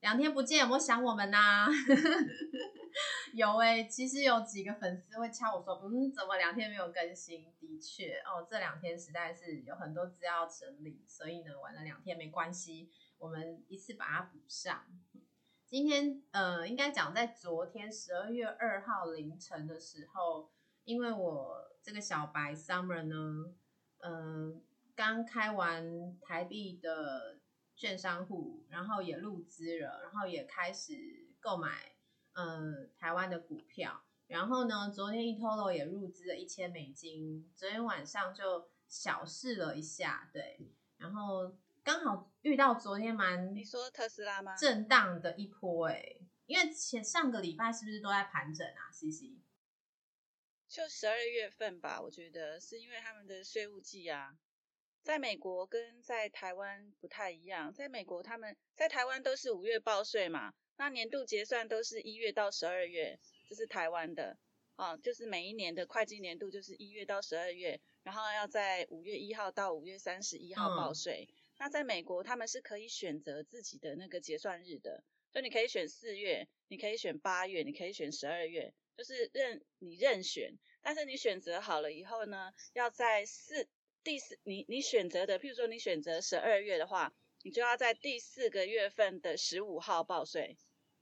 2天不见，有没有想我们啊？有其实有几个粉丝会敲我说，怎么2天没有更新？的确这2天实在是有很多资料整理，所以呢，晚了2天没关系，我们一次把它补上。今天应该讲在昨天12月2号凌晨的时候，因为我这个小白 Summer 呢，刚开完台币的券商户，然后也入资了，然后也开始购买台湾的股票，然后呢，昨天 eToro 也入资了$1000，昨天晚上就小试了一下，对，然后刚好遇到昨天你说特斯拉吗？ 震荡的一波因为上个礼拜是不是都在盘整啊 ？CC 就12月份吧，我觉得是因为他们的税务季啊，在美国跟在台湾不太一样，在美国他们在台湾都是5月报税嘛，那年度结算都是1月到12月，这是台湾的就是每一年的会计年度就是1月到12月，然后要在5月1号到5月31号报税。那在美国他们是可以选择自己的那个结算日的，就你可以选4月，你可以选8月，你可以选12月，就是你任选，但是你选择好了以后呢，要在你选择的，譬如说你选择12月的话，你就要在第4个月份的15号报税，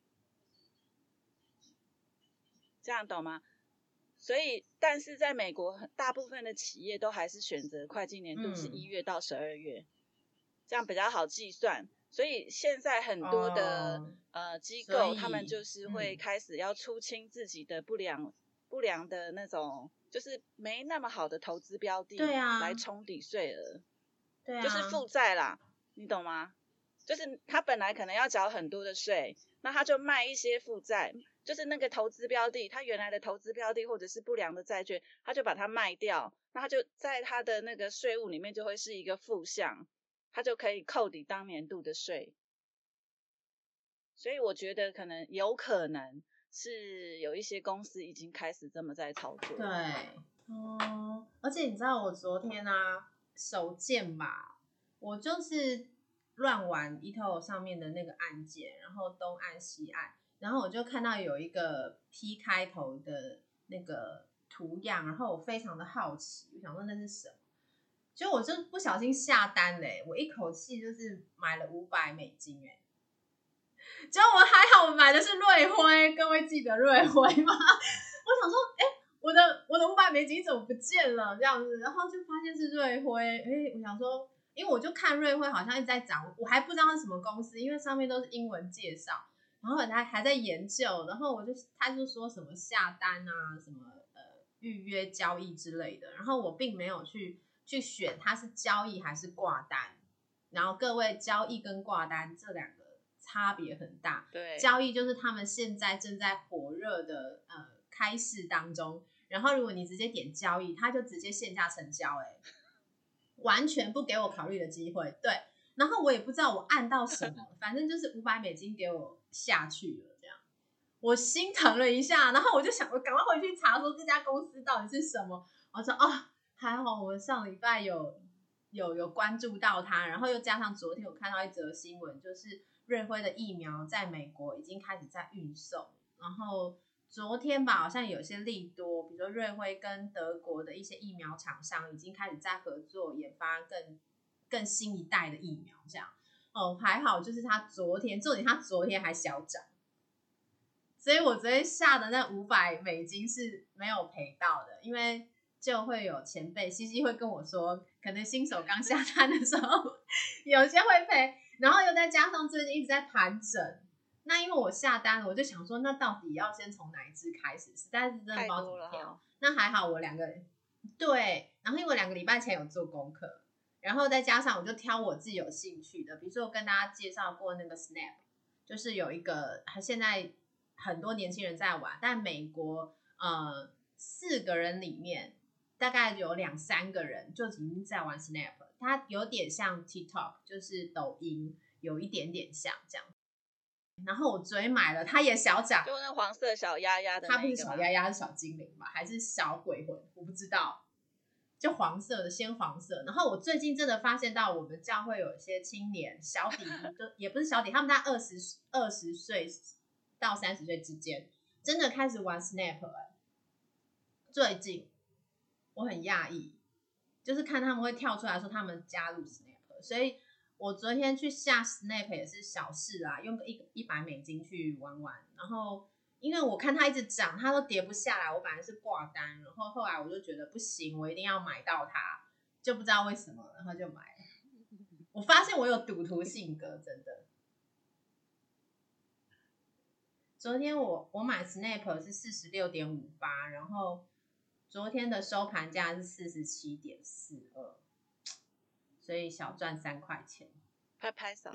这样懂吗？所以，但是在美国，大部分的企业都还是选择会计年度是1月到12月，这样比较好计算。所以现在很多的机构，他们就是会开始要出清自己的不良的那种，就是没那么好的投资标的，来冲抵税额，就是负债啦，你懂吗？就是他本来可能要缴很多的税，那他就卖一些负债，就是那个投资标的，他原来的投资标的或者是不良的债券，他就把它卖掉，那他就在他的那个税务里面就会是一个负项，他就可以扣抵当年度的税。所以我觉得有可能是有一些公司已经开始这么在操作。 对而且你知道我昨天手贱吧，我就是乱玩eToro上面的那个按键，然后东按西按，然后我就看到有一个 P 开头的那个图样，然后我非常的好奇，我想说那是什么，结果我就不小心下单了我一口气就是买了$500结果我还好，我买的是瑞辉，各位记得瑞辉吗？我想说，我的$500怎么不见了？这样子，然后就发现是瑞辉，我想说，因为我就看瑞辉好像一直在涨，我还不知道是什么公司，因为上面都是英文介绍，然后还在研究，然后他就说什么下单啊，什么预约交易之类的，然后我并没有去选它是交易还是挂单，然后各位交易跟挂单这两个差别很大， 对， 交易就是他们现在正在火热的开市当中，然后如果你直接点交易，他就直接线下成交完全不给我考虑的机会，对，然后我也不知道我按到什么，反正就是$500给我下去了，这样我心疼了一下，然后我就想我赶快回去查说这家公司到底是什么，我说还好我上礼拜有关注到它，然后又加上昨天我看到一则新闻，就是瑞辉的疫苗在美国已经开始在运送，然后昨天吧好像有些利多，比如说瑞辉跟德国的一些疫苗厂商已经开始在合作研发更新一代的疫苗，这样还好就是重点他昨天还小涨，所以我昨天下的那$500是没有赔到的，因为就会有前辈西西会跟我说，可能新手刚下单的时候有些会赔，然后又再加上最近一直在盘整，那因为我下单了，我就想说那到底要先从哪一支开始，实在是真的不知道怎么挑，那还好我对，然后因为我2个礼拜前有做功课，然后再加上我就挑我自己有兴趣的，比如说我跟大家介绍过那个 Snap， 就是有一个现在很多年轻人在玩，但美国4个人里面大概有2-3个人就已经在玩 Snap， 它有点像 TikTok， 就是抖音有一点点像这样。然后我昨天买了，它也小涨， 就那黄色小鸭鸭的那个， 它不是小鸭鸭，是小精灵吧？还是小鬼魂？我不知道。 就黄色的鲜黄色。然后我最近真的发现到我们教会有一些青年小弟弟，就也不是小弟，他们在20岁到30岁之间，真的开始玩 Snap 最近我很讶异，就是看他们会跳出来说他们加入 Snap， 所以我昨天去下 Snap 也是小事啦，用个$100去玩玩，然后因为我看它一直涨，它都跌不下来，我本来是挂单，然后后来我就觉得不行，我一定要买到它，就不知道为什么，然后就买了。我发现我有赌徒性格，真的。昨天我买 Snap 是46.58，然后昨天的收盘价是47.42，所以小赚3块钱， 拍拍手。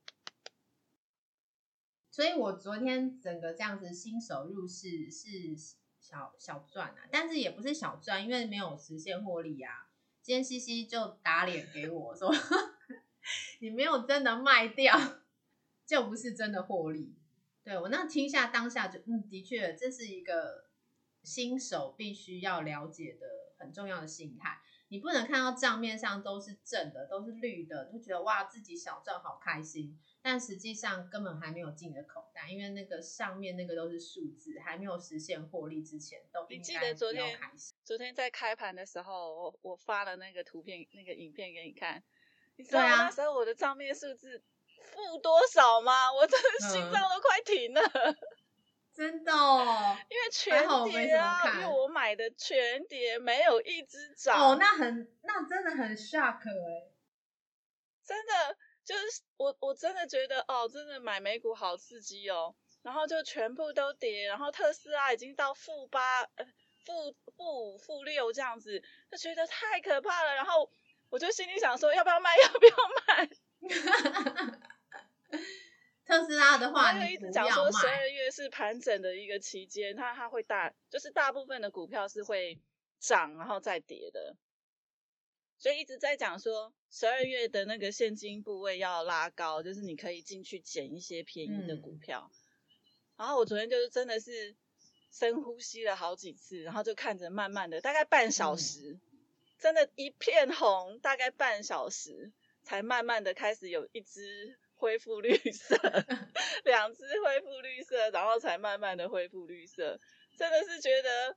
所以我昨天整个这样子新手入市是小赚啊，但是也不是小赚，因为没有实现获利啊。今天西西就打脸给我说，你没有真的卖掉，就不是真的获利。对，我那听下当下就的确这是一个新手必须要了解的很重要的心态。你不能看到账面上都是正的，都是绿的，就觉得哇自己小赚好开心，但实际上根本还没有进你的口袋，因为那个上面那个都是数字，还没有实现获利之前都应该不要开心。 昨天在开盘的时候，我发了那个图片那个影片给你看，你知道那时候我的账面数字负多少吗？我真的心脏都快停了。 真的哦， 因为全跌啊，因为我买的全跌，没有一只涨。 哦，那真的很 shock 真的就是我真的觉得哦，真的买美股好刺激哦，然后就全部都跌，然后特斯拉已经到负8、负5、负6这样子，就觉得太可怕了。然后我就心里想说，要不要卖？要不要卖？ 特斯拉的话， 你一直讲说12月是盘整的一个期间，它会就是大部分的股票是会涨然后再跌的，所以一直在讲说12月的那个现金部位要拉高，就是你可以进去捡一些便宜的股票。然后我昨天就是真的是深呼吸了好几次，然后就看着慢慢的大概半小时，真的一片红，大概半小时才慢慢的开始有一只恢复绿色，2只恢复绿色，然后才慢慢的恢复绿色，真的是觉得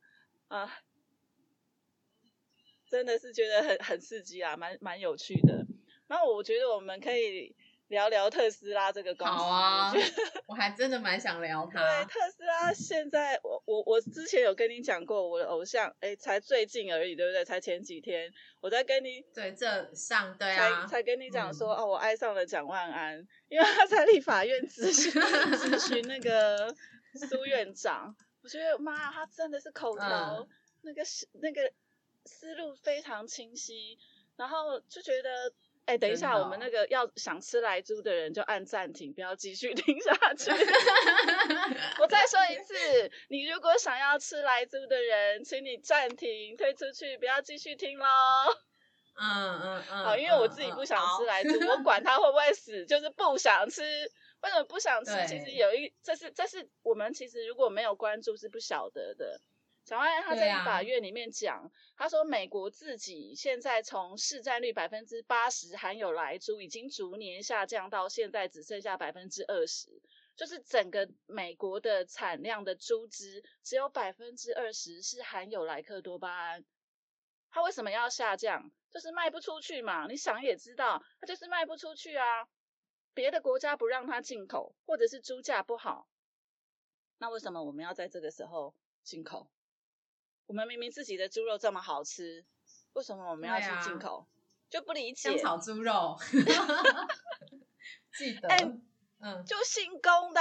真的是觉得很刺激啊，蛮有趣的。然后我觉得我们可以聊聊特斯拉这个公司。 好啊，我还真的蛮想聊它。 对，特斯拉现在我之前有跟你讲过，我的偶像才最近而已，对不对？才前几天我在跟你对对啊， 才跟你讲说我爱上了蒋万安，因为他在立法院咨询那个苏院长，我觉得妈，他真的是口条那个思路非常清晰，然后就觉得等一下我们那个要想吃莱猪的人就按暂停，不要继续听下去。我再说一次，你如果想要吃莱猪的人，请你暂停退出去，不要继续听咯。好，因为我自己不想吃莱猪，我管他会不会死，就是不想吃。为什么不想吃？其实这是我们其实如果没有关注是不晓得的。蒋万安他在立法院里面讲，他说美国自己现在从市占率80%含有莱猪，已经逐年下降到现在只剩下20%，就是整个美国的产量的猪只只有20%是含有莱克多巴胺。它为什么要下降？就是卖不出去嘛，你想也知道，它就是卖不出去啊。别的国家不让它进口，或者是猪价不好，那为什么我们要在这个时候进口？我们明明自己的猪肉这么好吃，为什么我们要去进口？就不理解。 香草猪肉，记得， 就姓龚的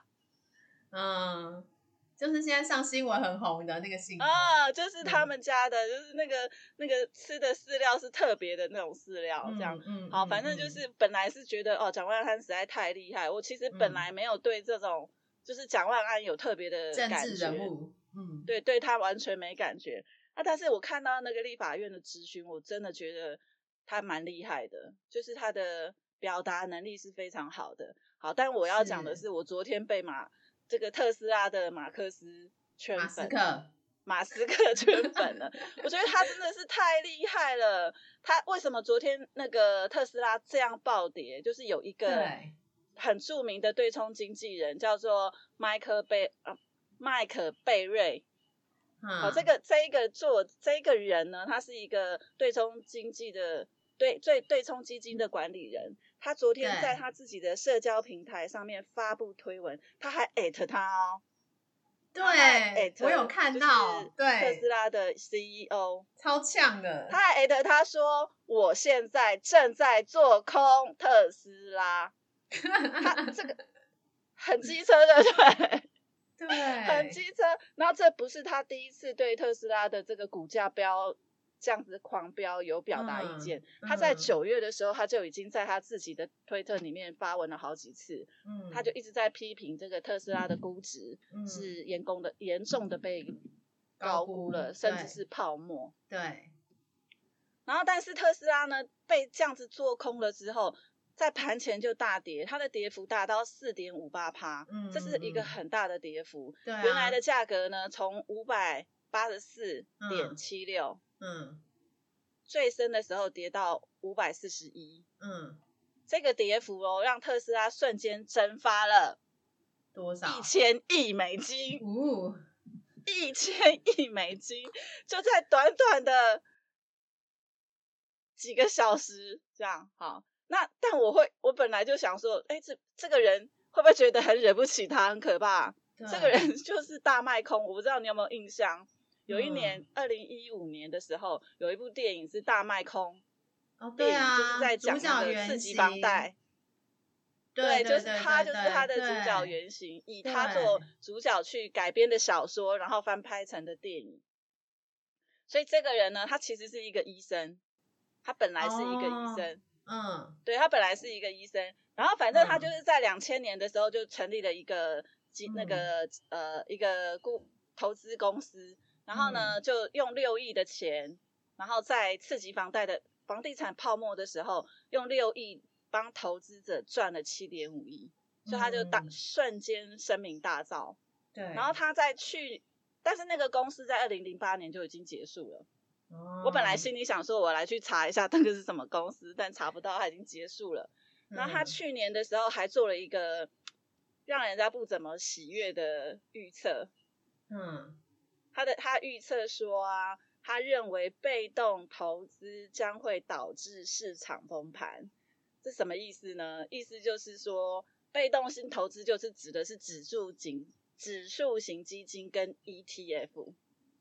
就是现在上新闻很红的那个姓就是他们家的，就是那个吃的饲料是特别的那种饲料，这样。好，反正就是本来是觉得蒋万安实在太厉害，我其实本来没有对这种就是蒋万安有特别的感觉， 政治人物。 对他完全没感觉。但是我看到那个立法院的质询，我真的觉得他蛮厉害的，就是他的表达能力是非常好的。好，但我要讲的是，我昨天被这个特斯拉的马克思圈粉。 马斯克圈粉了。我觉得他真的是太厉害了。他为什么昨天那个特斯拉这样暴跌？就是有一个很著名的对冲经纪人叫做麦克贝瑞。好，这个人呢，他是一个对冲经济的对冲基金的管理人。他昨天在他自己的社交平台上面发布推文，他还@他哦。 对，我有看到，对， 特斯拉的 CEO 超呛的， 他还@他说我现在正在做空特斯拉。他这个很机车的，对。 对， 很机车。然后这不是他第一次对特斯拉的这个股价标这样子狂飙有表达意见。他在9月的时候，他就已经在他自己的推特里面发文了好几次。他就一直在批评这个特斯拉的估值是严重的被高估了，甚至是泡沫。 对。 然后但是特斯拉呢被这样子做空了之后，在盘前就大跌，它的跌幅达到 4.58%，这是一个很大的跌幅。原来的价格呢，从584.76，最深的时候跌到541，这个跌幅让特斯拉瞬间蒸发了多少 ？1000亿美金，1000亿美金，就在短短的几个小时这样。好。但我本来就想说，这个人会不会觉得很惹不起他，很可怕？这个人就是大卖空。我不知道你有没有印象，有一年2015年的时候，有一部电影是大卖空。 对啊， 就是在讲那个次级房贷。对，就是他的主角原型，以他做主角去改编的小说，然后翻拍成的电影。所以这个人呢，他其实是一个医生，他本来是一个医生。对，他本来是一个医生，然后反正他就是在2000年的时候就成立了一个一个投资公司，然后呢就用6亿的钱，然后在次级房地产泡沫的时候，用6亿帮投资者赚了7.5亿，所以他就瞬间声名大噪。 对， 然后但是那个公司在2008年就已经结束了。我本来心里想说我来去查一下那个是什么公司，但查不到，它已经结束了。然后他去年的时候还做了一个让人家不怎么喜悦的预测。他预测说啊，他认为被动投资将会导致市场崩盘。这什么意思呢？意思就是说被动性投资就是指的是指数型基金跟 ETF。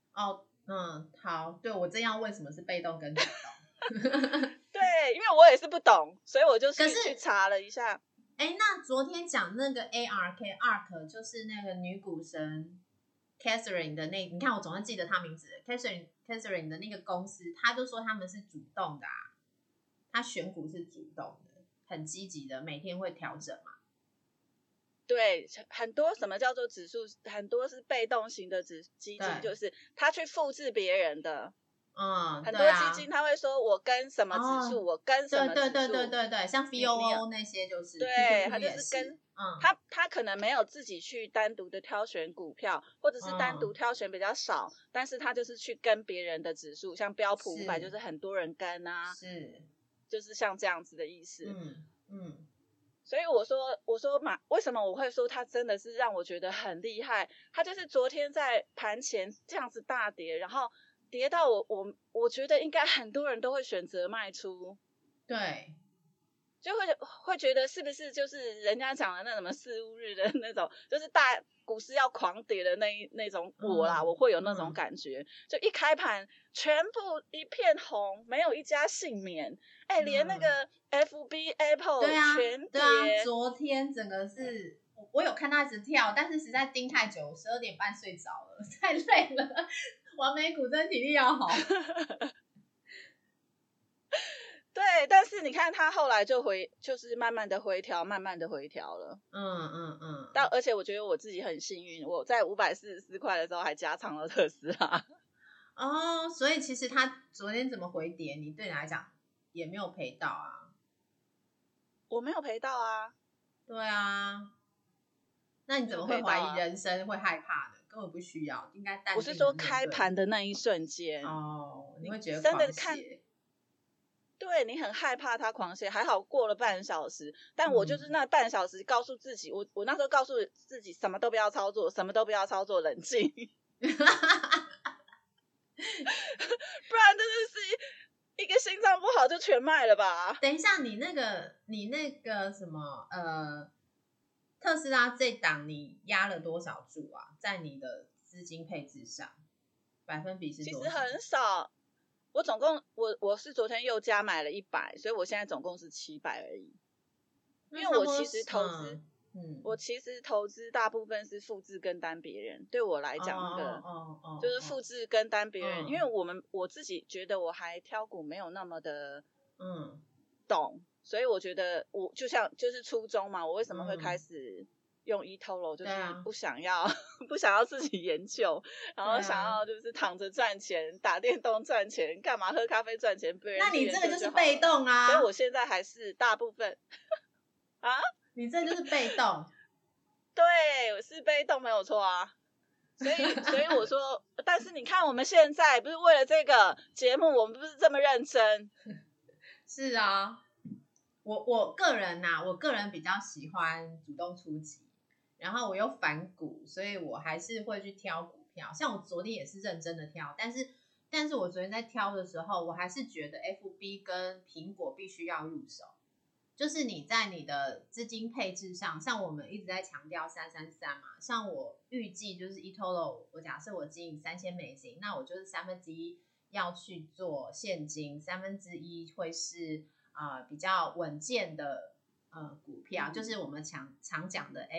好，对，我正要问什么是被动跟主动。 对，因为我也是不懂，所以我就去查了一下。 那昨天讲那个 ARK 就是那个女股神 Catherine 的你看我总算记得她名字 Catherine 的那个公司，她就说他们是主动的啊，她选股是主动的，很积极的，每天会调整嘛。 对，很多什么叫做指数，很多是被动型的基金，就是他去复制别人的。很多基金他会说我跟什么指数，我跟什么指数。 对，像 VOO 那些就是。 对，他就是跟他可能没有自己去单独的挑选股票，或者是单独挑选比较少，但是他就是去跟别人的指数，像标普500就是很多人跟啊，就是像这样子的意思。所以我说为什么我会说他真的是让我觉得很厉害？他就是昨天在盘前这样子大跌，然后跌到我觉得应该很多人都会选择卖出。 对， 就会觉得是不是就是人家讲的那什么四五日的那种，就是大股市要狂跌的那种我会有那种感觉。就一开盘全部一片红，没有一家幸免。连那个 FB Apple 全跌。 对啊，昨天整个是我有看它一直跳，但是实在盯太久，12点半睡着了，太累了。玩美股真的体力要好。 对，但是你看它后来就是慢慢的回调了。而且我觉得我自己很幸运，我在544块的时候还加仓了特斯拉。 所以其实它昨天怎么回跌，你对你来讲也没有赔到啊。 我没有赔到啊。 对啊，那你怎么会怀疑人生会害怕呢？ 根本不需要，应该淡定。 我是说开盘的那一瞬间， 你会觉得真的看，对，你很害怕它狂泻，还好过了半小时，但我就是那半小时告诉自己，我那时候告诉自己什么都不要操作，什么都不要操作，冷静。不然真的是一个心脏不好就全卖了吧。 等一下，你那个什么特斯拉这档你压了多少注啊？在你的资金配置上，百分比是多少？ 其实很少，我总共我是昨天又加买了100，所以我现在总共是700而已。因为我其实投资，我其实投资大部分是复制跟单别人，对我来讲那个就是复制跟单别人，因为我自己觉得我还挑股没有那么的懂，所以我觉得我就是初衷嘛，我为什么会开始用 eToro， 就是不想要自己研究，然后想要就是躺着赚钱，打电动赚钱，干嘛喝咖啡赚钱？ 那你这个就是被动啊， 所以我现在还是大部分啊， 你这就是被动， 对，我是被动没有错啊。所以我说，但是你看我们现在不是为了这个节目，我们不是这么认真。 是啊，我个人比较喜欢主动出击，然后我又反股，所以我还是会去挑股票。像我昨天也是认真的挑，但是我昨天在挑的时候，我还是觉得 FB 跟苹果必须要入手。就是你在你的资金配置上，像我们一直在强调333嘛，像我预计就是 eToro， 我假设我经营$3000，那我就是1/3要去做现金，1/3会是比较稳健的股票，就是我们常讲的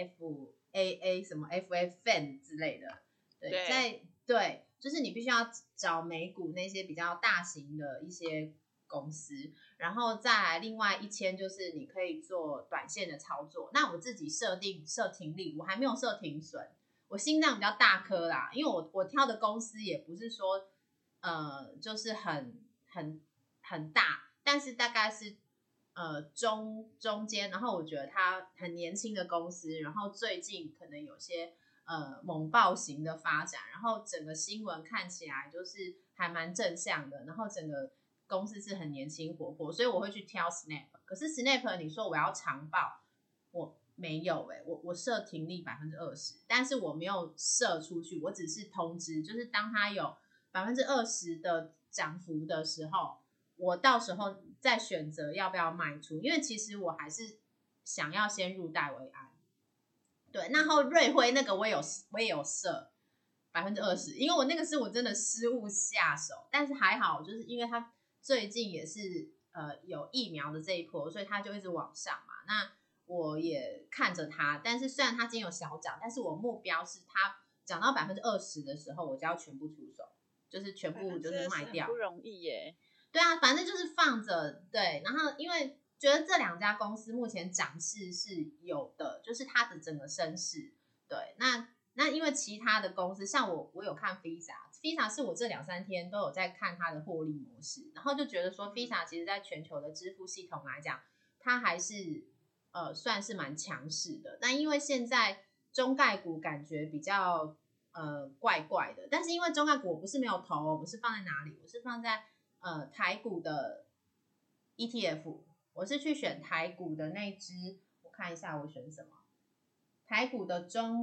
FAA 什么 FFN 之类的，对，就是你必须要找美股那些比较大型的一些公司，然后再来另外1000就是你可以做短线的操作。那我自己设停利，我还没有设停损，我心脏比较大颗啦，因为我挑的公司也不是说就是很大，但是大概是中间，然后我觉得它很年轻的公司，然后最近可能有些猛爆型的发展，然后整个新闻看起来就是还蛮正向的，然后整个公司是很年轻活泼，所以我会去挑 Snap。可是 Snap 你说我要长报，我没有我设停利20%，但是我没有设出去，我只是通知，就是当它有20%的涨幅的时候，我到时候再选择要不要卖出，因为其实我还是想要先入袋为安。对，然后瑞辉那个我也有设20%，因为我那个是我真的失误下手，但是还好，就是因为它最近也是有疫苗的这一波，所以它就一直往上嘛。那我也看着它，但是虽然它今天有小涨，但是我目标是它涨到20%的时候，我就要全部出手，就是全部就是卖掉。 不容易耶。 对啊，反正就是放着。对，然后因为觉得这2家公司目前涨势是有的，就是它的整个升势。对，那因为其他的公司，像我有看 Visa 是我这2-3天都有在看它的获利模式，然后就觉得说 Visa 其实在全球的支付系统来讲，它还是算是蛮强势的。那因为现在中概股感觉比较怪怪的，但是因为中概股我不是没有投，我是放在哪里？我是放在台股的 ETF， 我是去选台股的那支，我看一下我选什么。台股的中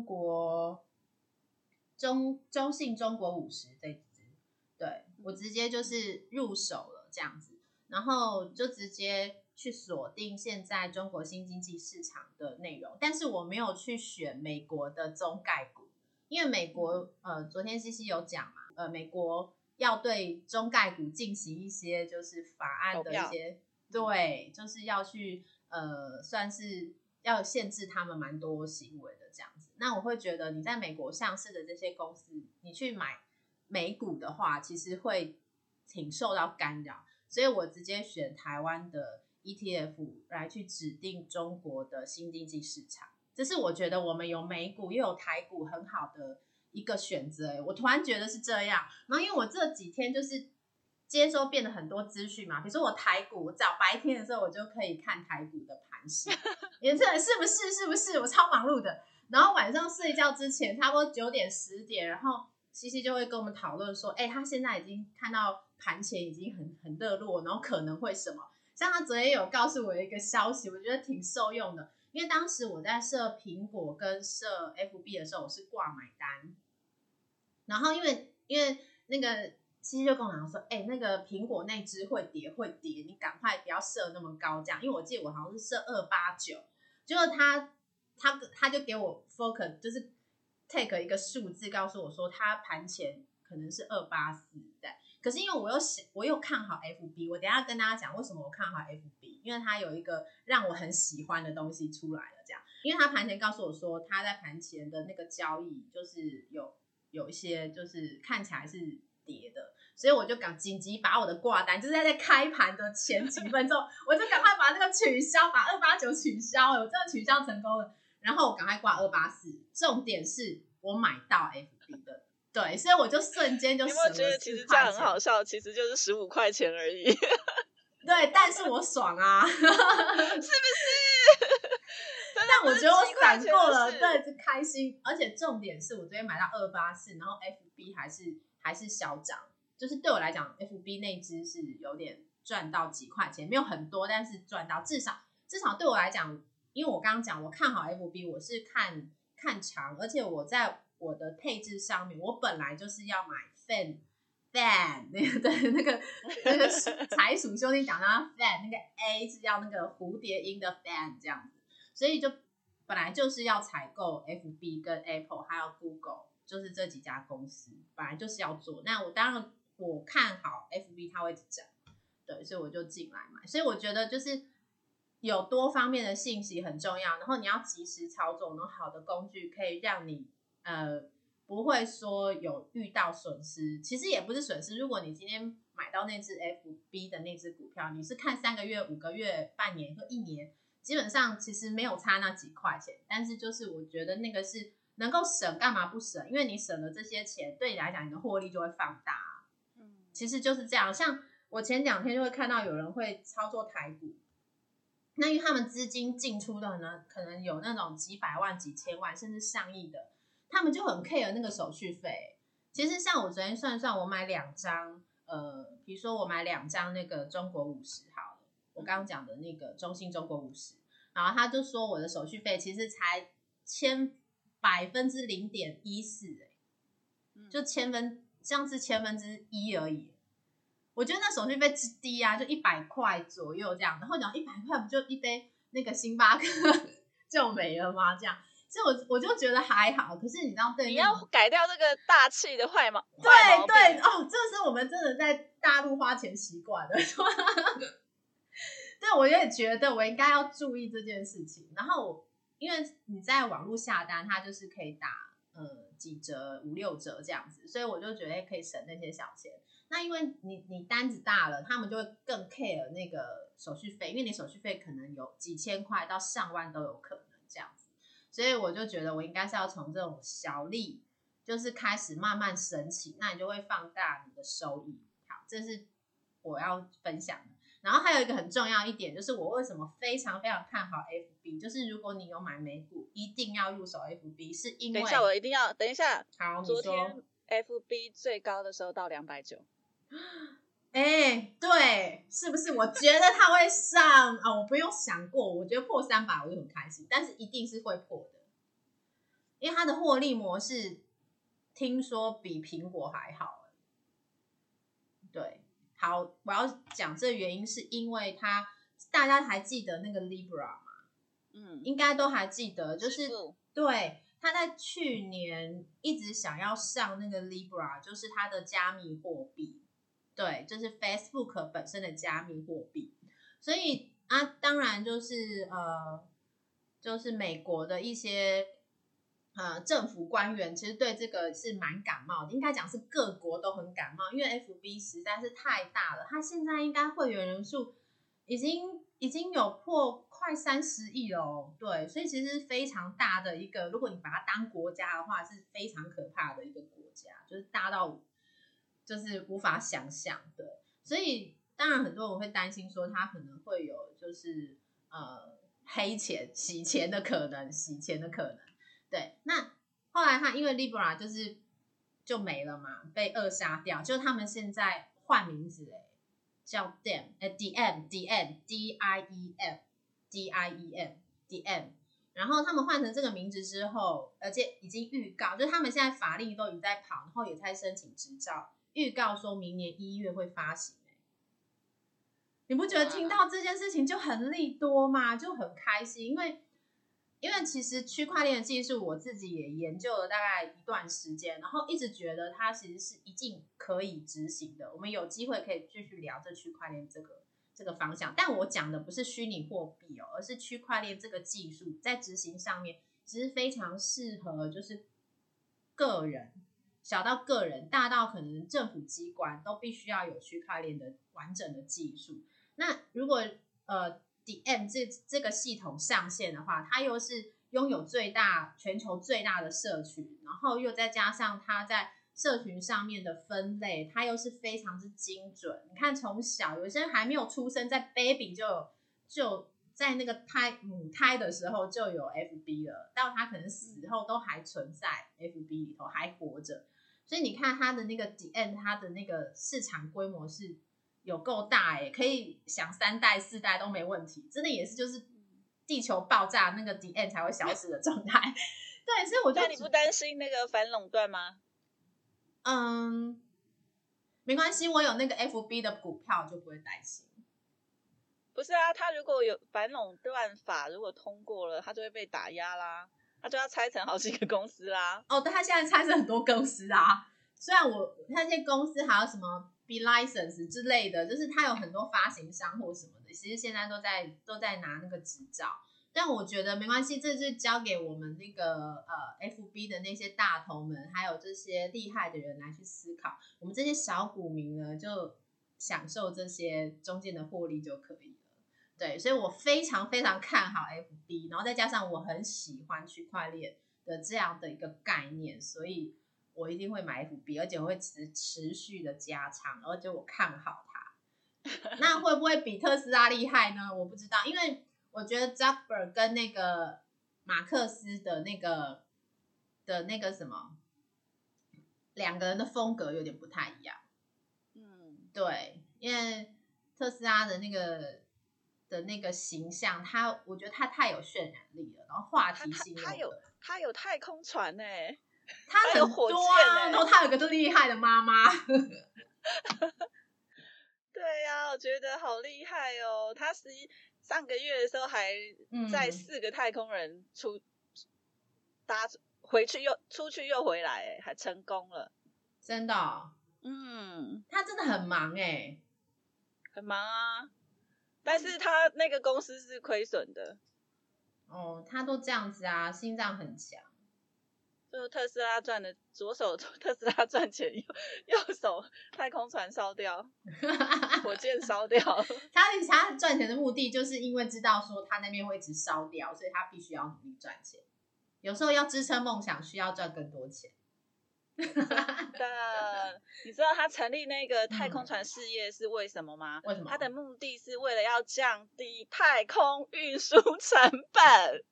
信中国50这支，对，我直接就是入手了这样子，然后就直接去锁定现在中国新经济市场的内容，但是我没有去选美国的中概股，因为美国昨天西西有讲嘛，美国要对中概股进行一些就是法案的一些，对，就是要去算是要限制他们蛮多行为的这样子。那我会觉得你在美国上市的这些公司，你去买美股的话，其实会挺受到干扰，所以我直接选台湾的 ETF 来去指定中国的新经济市场。这是我觉得我们有美股又有台股很好的一个选择，我突然觉得是这样。然后因为我这几天就是接收变得很多资讯嘛，比如说我台股，我早白天的时候我就可以看台股的盘势，也是不是我超忙碌的。 然后晚上睡觉之前，差不多9点10点，然后西西就会跟我们讨论说，他现在已经看到盘前已经很热络，然后可能会什么。像他昨天有告诉我一个消息，我觉得挺受用的，因为当时我在设苹果跟设 FB 的时候，我是挂买单，然后因为那个西西就跟我讲说，那个苹果那只会跌，你赶快不要设那么高这样，因为我记得我好像是设289，结果他就给我 focus， 就是 take 一个数字告诉我说，他盘前可能是284对。可是因为我又看好 FB， 我等一下跟大家讲为什么我看好 FB， 因为它有一个让我很喜欢的东西出来了，这样，因为他盘前告诉我说，他在盘前的那个交易就是有一些就是看起来是跌的，所以我就紧急把我的挂单，就是在开盘的前几分钟，我就赶快把那个取消，把289取消了，我真的取消成功了，然后我赶快挂284，重点是我买到 FB 的。对，所以我就瞬间就省了4块钱。你有没有觉得其实这样很好笑？其实就是15块钱而已。 对，但是我爽啊，是不是？ 但我觉得我闪过了，对，是开心。而且重点是我昨天买到284，然后 FB 还是小涨，就是对我来讲 ，FB 那支是有点赚到几块钱，没有很多，但是赚到至少对我来讲，因为我刚刚讲我看好 FB， 我是看长，而且我在我的配置上面，我本来就是要买 fan 那个财鼠兄弟讲到 fan 那个 A 是要那个蝴蝶音的 fan 这样子，所以就本来就是要采购 FB 跟 Apple 还有 Google， 就是这几家公司本来就是要做。那我当然我看好 FB 它会涨，对，所以我就进来买。所以我觉得就是有多方面的信息很重要，然后你要及时操作，然后好的工具可以让你不会说有遇到损失，其实也不是损失。如果你今天买到那只 FB 的那只股票，你是看3个月、5个月、半年或1年，基本上其实没有差那几块钱，但是就是我觉得那个是能够省，干嘛不省？因为你省了这些钱，对你来讲，你的获利就会放大。其实就是这样。像我前2天就会看到有人会操作台股，那因为他们资金进出的呢，可能有那种几百万、几千万，甚至上亿的。他们就很 care 那个手续费。其实像我昨天算，我买2张，比如说我买2张那个中国50好了，我刚刚讲的那个中信中国50，然后他就说我的手续费其实才0.14%，就像是1/1000而已。我觉得那手续费之低啊，就100块左右这样，然后讲100块不就一杯那个星巴克就没了吗？这样。所以我就觉得还好，可是你知道，对， 你要改掉这个大气的坏毛病。 对哦，这是我们真的在大陆花钱习惯的。对，我也觉得我应该要注意这件事情。然后因为你在网络下单，它就是可以打几折、5、6折这样子，所以我就觉得可以省那些小钱。那因为你单子大了，他们就会更 care 那个手续费，因为你手续费可能有几千块到上万都有可能这样子。所以我就觉得我应该是要从这种小利，就是开始慢慢省起，那你就会放大你的收益。好，这是我要分享的。然后还有一个很重要一点，就是我为什么非常非常看好 FB， 就是如果你有买美股，一定要入手 FB， 是因为等一下我一定要等一下。 好， 昨天 FB 最高的时候到290。 对，是不是？我觉得它会上啊，我不用想过，我觉得破300我就很开心，但是一定是会破的，因为它的获利模式听说比苹果还好。对，好，我要讲这个原因是因为大家还记得那个 Libra 吗？应该都还记得，就是对，他在去年一直想要上那个 Libra， 就是它的加密货币。对，就是 Facebook 本身的加密货币，所以当然就是美国的一些政府官员其实对这个是蛮感冒的，应该讲是各国都很感冒，因为 FB 实在是太大了，它现在应该会员人数已经有破快30亿了对，所以其实非常大的一个，如果你把它当国家的话，是非常可怕的一个国家，就是大到就是无法想象的，所以当然很多人会担心说他可能会有就是黑钱洗钱的可能， 对，那后来他因为 Libra 就没了嘛，被扼杀掉，就他们现在换名字叫 DIEM，然后他们换成这个名字之后，而且已经预告，就是他们现在法令都已经在跑，然后也在申请执照，预告说明年1月会发行。你不觉得听到这件事情就很利多吗？就很开心，因为其实区块链的技术我自己也研究了大概一段时间，然后一直觉得它其实是一定可以执行的。我们有机会可以继续聊这区块链这个方向，但我讲的不是虚拟货币而是区块链这个技术在执行上面其实非常适合，就是个人，小到个人，大到可能政府机关都必须要有区块链的完整的技术。那如果DM 这个系统上线的话，它又是拥有全球最大的社群，然后又再加上它在社群上面的分类，它又是非常之精准。你看，从小有些人还没有出生，在 baby 就在那个母胎的时候就有 FB 了，到他可能死后都还存在 FB 里头，还活着。所以你看它的那个 DM， 它的那个市场规模是有够大可以想3代4代都没问题，真的也是就是地球爆炸那个 DM 才会消失的状态。对，所以我就那你不担心那个反垄断吗？ 没关系，我有那个 FB 的股票就不会担心。 不是啊，他如果有反垄断法如果通过了，他就会被打压啦，他就要拆成好几个公司啦。 哦，但他现在拆成很多公司啊，虽然那些公司还有什么 B license 之类的，就是它有很多发行商或什么的，其实现在都在拿那个执照。但我觉得没关系，这就交给我们那个FB 的那些大头们，还有这些厉害的人来去思考。我们这些小股民呢，就享受这些中间的获利就可以了。对，所以我非常非常看好 FB， 然后再加上我很喜欢区块链的这样的一个概念，所以我一定会买 FB， 而且我会持续的加仓，而且我看好它。那会不会比特斯拉厉害呢？我不知道，因为我觉得 Zuckerberg 跟那个马克思的那个什么，两个人的风格有点不太一样。对，因为特斯拉的那个形象，我觉得他太有渲染力了，然后话题性他有太空船他很多啊，然后他有个厉害的妈妈。 对呀，我觉得好厉害哦！他上个月的时候还载4个太空人搭回去又出去又回来，还成功了， 真的他真的很忙很忙啊！但是他那个公司是亏损的。 他都这样子啊，心脏很强。 就特斯拉赚的，左手特斯拉赚钱，右手太空船烧掉，火箭烧掉。 他赚钱的目的就是因为知道说他那边会一直烧掉，所以他必须要努力赚钱。有时候要支撑梦想，需要赚更多钱。 真的，你知道他成立那个太空船事业是为什么吗？ 为什么？ 他的目的是为了要降低太空运输成本。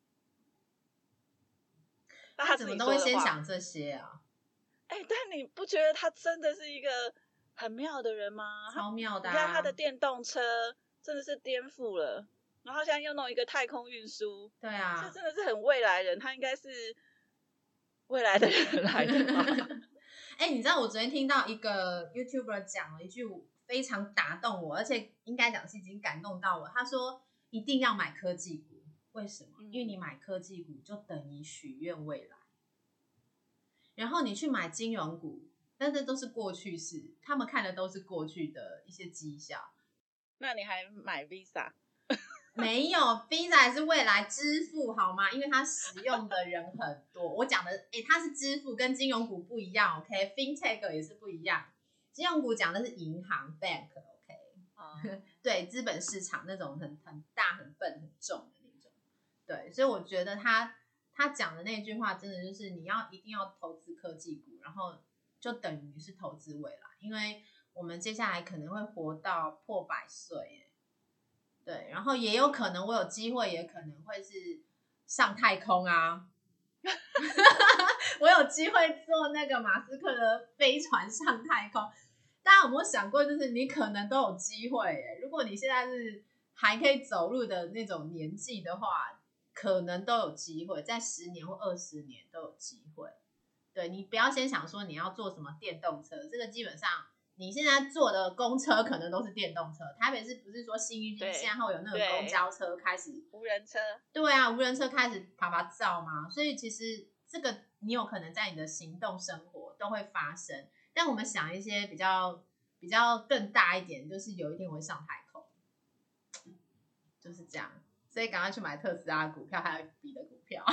他怎么都会先想这些啊？ 但你不觉得他真的是一个很妙的人吗？ 超妙的你看他的电动车真的是颠覆了，然后现在又弄一个太空运输， 对啊， 这真的是很未来人，他应该是未来的人来的吧？ 你知道我昨天听到一个 YouTuber 讲了一句非常打动我，而且应该讲是已经感动到我。他说一定要买科技股，为什么？因为你买科技股就等于许愿未来，然后你去买金融股，但这都是过去式，他们看的都是过去的一些绩效。 那你还买 Visa？ 没有 Visa 还是未来支付好吗？因为它使用的人很多。我讲的它是支付，跟金融股不一样 OK， Fintech 也是不一样。金融股讲的是银行 Bank OK，对，资本市场那种很大很笨很重的那种。对，所以我觉得他讲的那句话真的就是你一定要投资科技股，然后就等于是投资未来，因为我们接下来可能会活到破100岁对，然后也有可能我有机会，也可能会是上太空啊， 我有机会坐那个马斯克的飞船上太空。大家有没有想过，就是你可能都有机会耶，如果你现在是还可以走路的那种年纪的话，可能都有机会，在10年或20年都有机会。对，你不要先想说你要坐什么电动车，这个基本上你现在坐的公车可能都是电动车。台北市不是说信义区现在会有那个公交车开始无人车？ 对啊，无人车开始爬爬照嘛，所以其实这个你有可能在你的行动生活都会发生。但我们想一些比较更大一点，就是有一天我会上太空，就是这样。所以赶快去买特斯拉的股票，还有比的股票。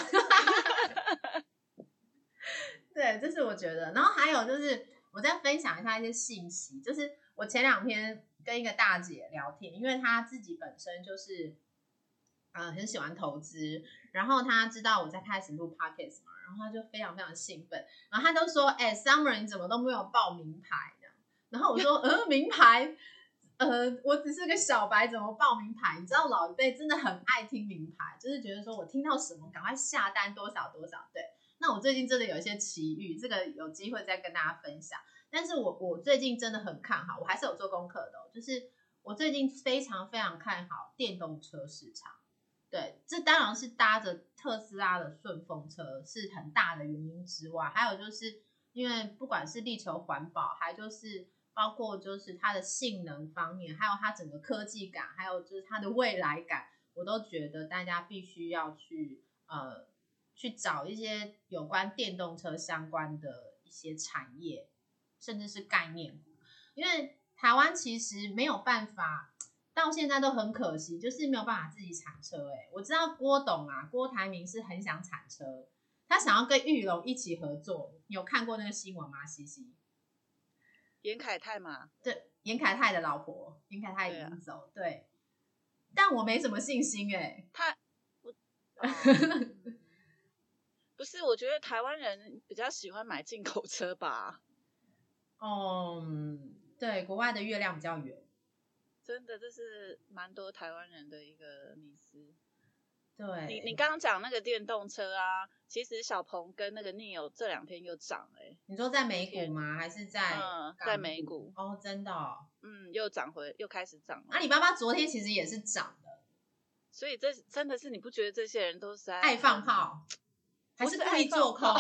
对，这是我觉得。然后还有就是我再分享一下一些信息，就是我前2天跟一个大姐聊天，因为她自己本身就是很喜欢投资，然后她知道我在开始录 podcast 嘛，然后她就非常非常兴奋，然后她就说：“Summer 你怎么都没有报名牌？”这样，然后我说：“名牌。”我只是个小白，怎么报名牌？你知道老一辈真的很爱听名牌，就是觉得说我听到什么赶快下单多少多少。对，那我最近真的有一些奇遇，这个有机会再跟大家分享。但是我最近真的很看好，我还是有做功课的就是我最近非常非常看好电动车市场。对，这当然是搭着特斯拉的顺风车是很大的原因之外，还有就是因为不管是力求环保，还就是包括就是它的性能方面，还有它整个科技感，还有就是它的未来感，我都觉得大家必须要去找一些有关电动车相关的一些产业，甚至是概念股，因为台湾其实没有办法，到现在都很可惜，就是没有办法自己产车。我知道郭董啊，郭台铭是很想产车，他想要跟裕隆一起合作。你有看过那个新闻吗？西西。 严凯泰嘛， 对，严凯泰的老婆，严凯泰已经走，对，但我没什么信心他不是，我觉得台湾人比较喜欢买进口车吧。 对，国外的月亮比较圆， 真的，这是蛮多台湾人的一个迷思。 对， 你刚刚讲那个电动车啊，其实小鹏跟那个 NIO 这2天又涨你说在美股吗？还是在在美股？ 哦，真的哦。 又开始涨了。 阿里巴巴昨天其实也是涨的， 所以这真的是你不觉得这些人都是在爱放炮，还是故意做空？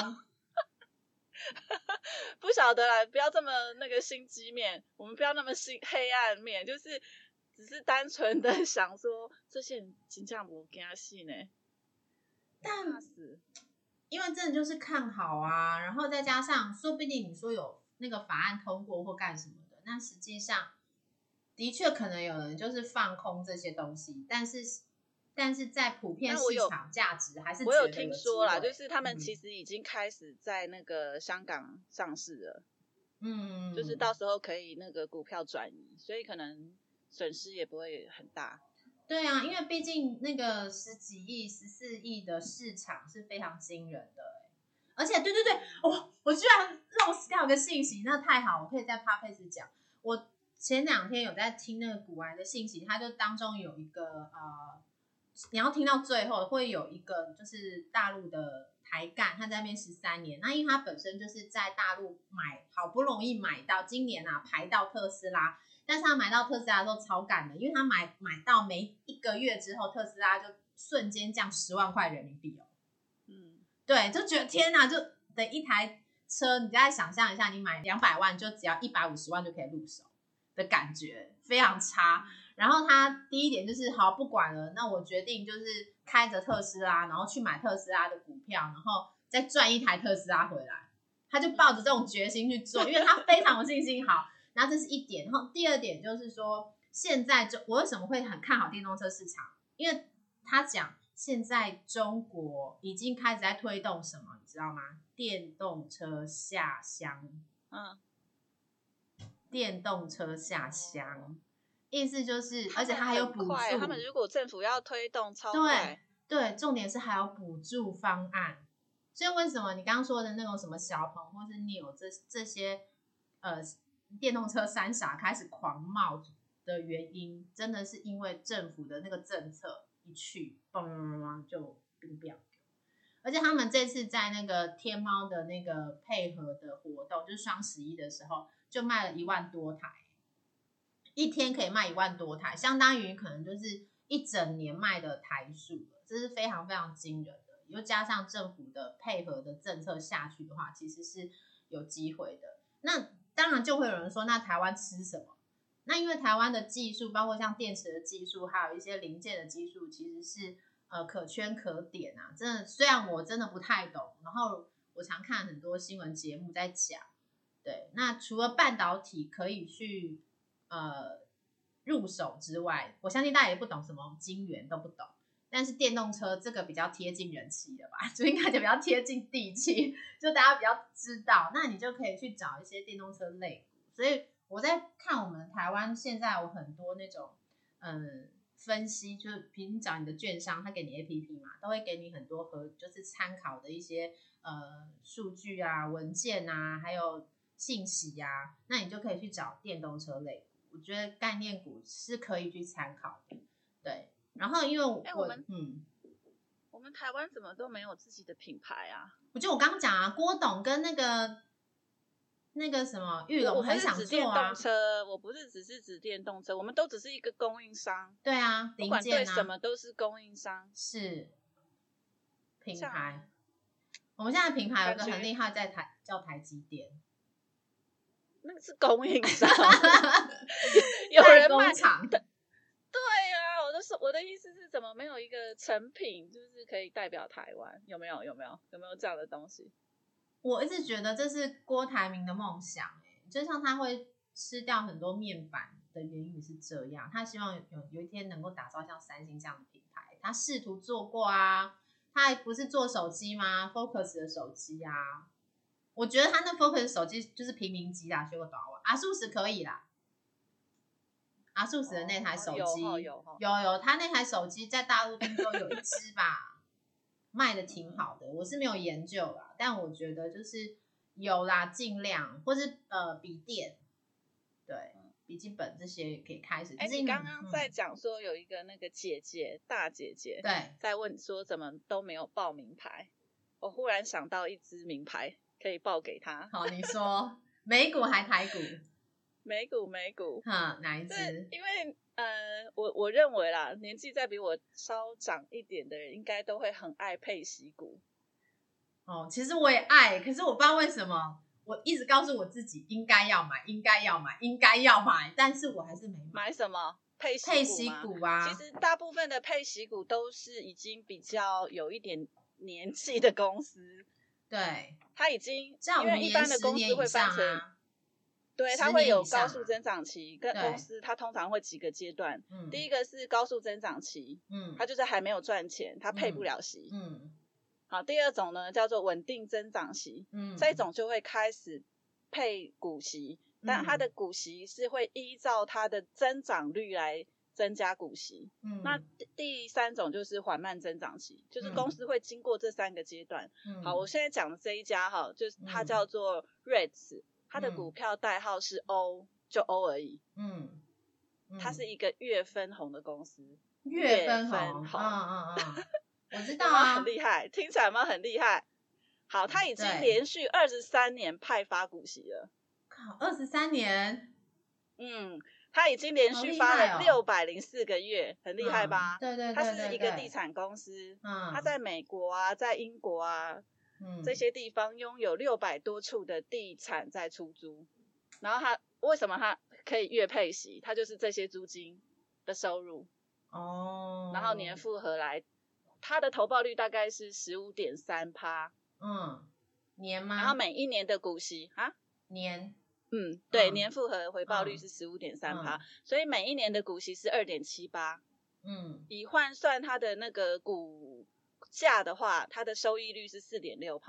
不晓得啦，不要这么那个心机面，我们不要那么黑暗面，就是只是单纯的想说，这些人真的没给他信呢。 但因为真的就是看好啊，然后再加上说不定你说有那个法案通过或干什么的，那实际上的确可能有人就是放空这些东西，但是在普遍市场价值还是觉得我有听说啦，就是他们其实已经开始在那个香港上市了，就是到时候可以那个股票转移，所以可能损失也不会很大。 对啊，因为毕竟那个10几亿、14亿的市场是非常惊人的而且对，我居然漏掉一个信息，那太好，我可以在 Podcast 讲。我前2天有在听那个股癌的信息，它就当中有一个你要听到最后会有一个就是大陆的台干，他在那边13年，那因为他本身就是在大陆好不容易买到今年排到特斯拉。但是他买到特斯拉的时候超赶的，因为他买到没1个月之后，特斯拉就瞬间降10万块人民币对，就觉得天哪，就等一台车，你再想象一下，你买200万就只要150万就可以入手的感觉，非常差。然后他第一点就是好不管了，那我决定就是开着特斯拉，然后去买特斯拉的股票，然后再赚一台特斯拉回来。他就抱着这种决心去做，因为他非常有信心。好。然后这是一点，然后第2点就是说，现在我为什么会很看好电动车市场？因为他讲现在中国已经开始在推动什么，你知道吗？电动车下乡。电动车下乡，意思就是，而且它还有补助。 他们如果政府要推动，超快。 对，重点是还有补助方案。所以为什么你刚刚说的那种什么小鹏或是 NIO 这些电动车三傻开始狂冒的原因，真的是因为政府的那个政策一去，嘣就冰掉。 而且他们这次在那个天猫的那个配合的活动，就是双11的时候，就卖了1万多台，一天可以卖1万多台，相当于可能就是一整年卖的台数了，这是非常非常惊人的。又加上政府的配合的政策下去的话，其实是有机会的。那当然就会有人说，那台湾吃什么？那因为台湾的技术，包括像电池的技术，还有一些零件的技术，其实是可圈可点啊。真的，虽然我真的不太懂，然后我常看很多新闻节目在讲。对，那除了半导体可以去入手之外，我相信大家也不懂什么晶圆都不懂。但是电动车这个比较贴近人气的吧，就应该就比较贴近地气，就大家比较知道，那你就可以去找一些电动车类股。所以我在看我们台湾现在有很多那种分析，就是平常你的券商他给你 APP 嘛，都会给你很多就是参考的一些数据啊、文件啊，还有信息啊，那你就可以去找电动车类股。我觉得概念股是可以去参考的，对。然后因为我们台湾怎么都没有自己的品牌啊？ 我就我刚刚讲啊，郭董跟那个什么玉龙很想做啊。 我不是只是指电动车，我们都只是一个供应商。 对啊， 不管对什么都是供应商。 是品牌。我们现在品牌有个很厉害，叫台积电。 那个是供应商，有人卖厂。 对啊，我的意思是，怎么没有一个成品，就是可以代表台湾？有没有这样的东西？ 我一直觉得这是郭台铭的梦想，就像他会吃掉很多面板的原因是这样，他希望有一天能够打造像三星这样的品牌。他试图做过啊，他还不是做手机吗 ？Focus 的手机啊，我觉得他那 Focus 的手机就是平民机啦，学个短袜，ASUS 可以啦。ASUS 的那台手机有，他那台手机在大陆听说有一支吧，卖的挺好的。我是没有研究啦，但我觉得就是有啦，尽量或是笔电，对，笔记本这些可以开始。 你刚刚在讲说有一个那个大姐姐， 对， 在问说怎么都没有报名牌，我忽然想到一支名牌可以报给她。 好，你说美股还台股？ 美股， 哪一支？ 因为我认为啦，年纪再比我稍长一点的人，应该都会很爱配息股。 哦，其实我也爱，可是我不知道为什么，我一直告诉我自己应该要买，但是我还是没买。 买什么？配息股啊？ 其实大部分的配息股都是已经比较有一点年纪的公司， 对， 它已经因为一般的公司会分成。对，它会有高速增长期，跟公司它通常会几个阶段。第一个是高速增长期，它就是还没有赚钱，它配不了息。好，第二种呢叫做稳定增长期，这种就会开始配股息，但它的股息是会依照它的增长率来增加股息。那第三种就是缓慢增长期，就是公司会经过这3个阶段。好，我现在讲的这一家哈，就是它叫做 REITs。它的股票代号是 O， 就 O 而已。它是一个月分红的公司。 月分红，我知道啊， 很厉害，听起来有没有很厉害？好，它已经连续23年派发股息了。 靠，23年？ 它已经连续发了604个月，很厉害吧？ 对， 它是一个地产公司，它在美国啊，在英国啊。这些地方拥有600多处的地产在出租，然后为什么它可以月配息？它就是这些租金的收入然后年复合来，它的投报率大概是 15.3%。 年吗？ 然后每一年的股息年， 对，年复合回报率是 15.3%，所以每一年的股息是 2.78%。以换算它的那个股价的话，它的收益率是 4.6%。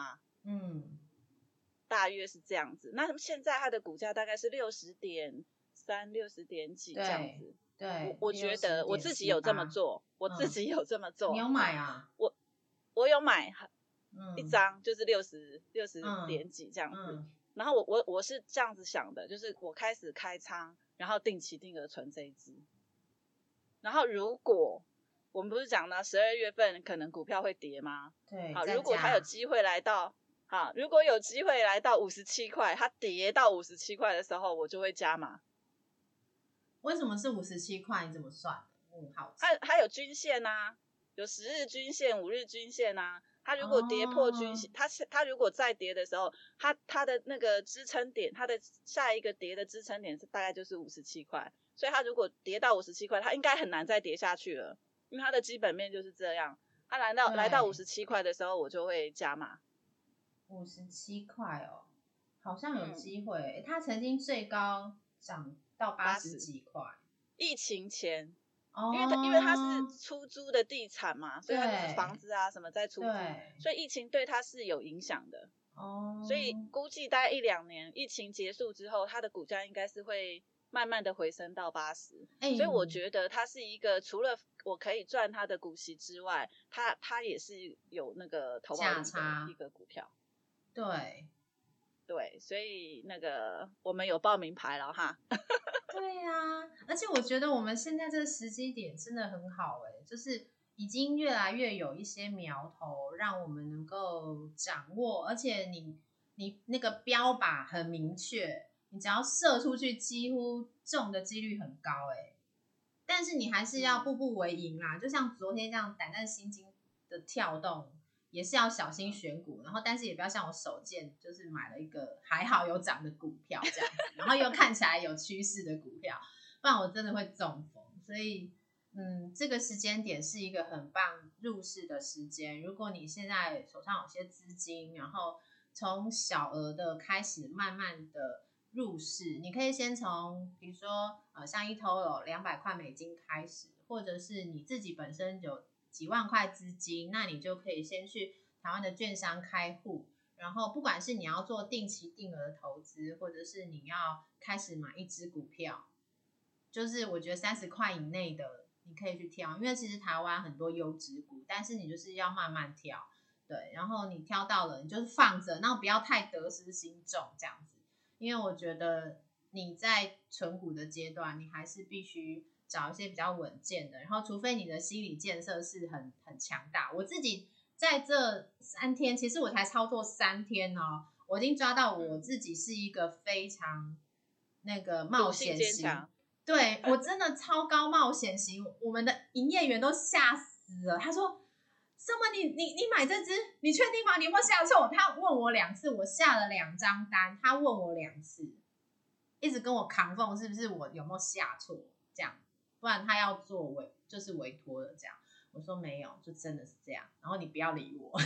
大约是这样子。那现在它的股价大概是60.3、60点几这样子。 对， 我觉得我自己有这么做， 你有买啊？ 我有买一张，就是60点几这样子。然后我是这样子想的，就是我开始开仓，然后定期定额存这一支。然后如果我们不是讲呢，12月份可能股票会跌吗？ 对， 好，如果它有机会来到，好，如果有机会来到57块，它跌到57块的时候，我就会加码。 为什么是57块？你怎么算的？我很好奇。 它有均线啊，有10日均线、5日均线啊。它如果跌破均线，它如果再跌的时候，它的那个支撑点，它的下一个跌的支撑点是大概就是57块，所以它如果跌到57块，它应该很难再跌下去了，因为它的基本面就是这样。它来到57块的时候，我就会加码。 57块哦，好像有机会。它曾经最高涨到80几块， 疫情前。 哦， 因为它是出租的地产嘛，所以它就是房子啊什么在出租，所以疫情对它是有影响的。 哦， 所以估计大概1-2年，疫情结束之后，它的股价应该是会慢慢的回升到80。所以我觉得它是一个除了我可以赚它的股息之外，它也是有那个投报率的一个股票。对，所以那个我们有报名牌了哈。 对呀，而且我觉得我们现在这个时机点真的很好就是已经越来越有一些苗头，让我们能够掌握，而且你那个标靶很明确，你只要射出去，几乎中的几率很高但是你还是要步步为营啦，就像昨天这样胆战心惊的跳动。也是要小心选股，然后但是也不要像我手贱，就是买了一个还好有涨的股票这样子，然后又看起来有趋势的股票，不然我真的会中风。所以，这个时间点是一个很棒入市的时间。如果你现在手上有些资金，然后从小额的开始慢慢的入市，你可以先从比如说像eToro $200开始，或者是你自己本身有几万块资金，那你就可以先去台湾的券商开户，然后不管是你要做定期定额的投资，或者是你要开始买一支股票，就是我觉得30块以内的你可以去挑，因为其实台湾很多优质股，但是你就是要慢慢挑，对，然后你挑到了你就是放着，那不要太得失心重这样子，因为我觉得你在存股的阶段，你还是必须找一些比较稳健的，然后除非你的心理建设是很强大。我自己在这3天，其实我才操作3天哦，我已经抓到我自己是一个非常那个冒险型，对，我真的超高冒险型，我们的营业员都吓死了，他说Summer 你买这支，你确定吗？你有没有下错？他问我2次，我下了2张单，他问我2次，一直跟我confirm是不是我有没有下错这样。不然他要做就是委托的这样，我说没有，就真的是这样，然后你不要理我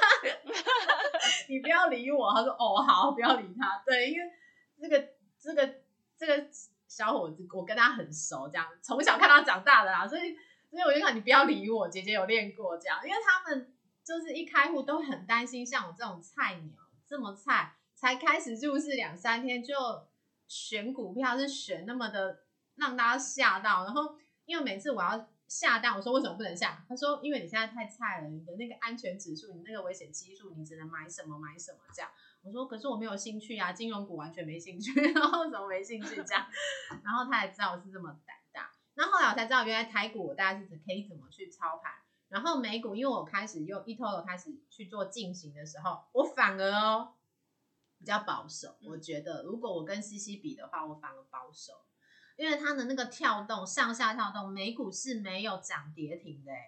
你不要理我，他说哦好，不要理他，对，因为这个小伙子我跟他很熟，这样从小看他长大的啦，所以我就看你不要理我，姐姐有练过这样，因为他们就是一开户都很担心，像我这种菜鸟这么菜，才开始入市2-3天就选股票是选那么的让大家吓到，然后因为每次我要下单，我说为什么不能下？他说因为你现在太菜了，你的那个安全指数，你那个危险系数，你只能买什么买什么这样。我说可是我没有兴趣啊，金融股完全没兴趣，然后怎么没兴趣这样？然后他也知道我是这么胆大。那后来我才知道，原来台股我大概是可以怎么去操盘。然后美股，因为我开始用eToro开始去做进行的时候，我反而比较保守。我觉得如果我跟CC比的话，我反而保守。因为它的那个跳动上下跳动，美股是没有涨跌停的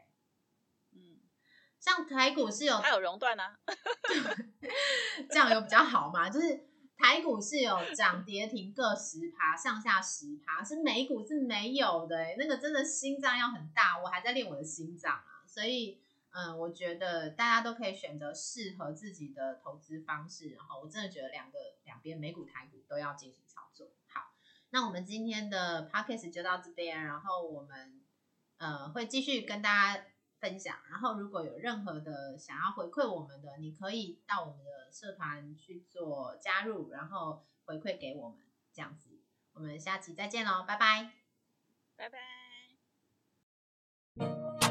像台股是它有熔断啊这样有比较好嘛，就是台股是有涨跌停各10%上下10%，是美股是没有的那个真的心脏要很大，我还在练我的心脏啊，所以我觉得大家都可以选择适合自己的投资方式，然后我真的觉得两边美股台股都要进行操作。好，那我们今天的 podcast 就到这边，然后我们会继续跟大家分享，然后如果有任何的想要回馈我们的，你可以到我们的社团去做加入，然后回馈给我们这样子。我们下期再见咯，拜拜， 拜拜。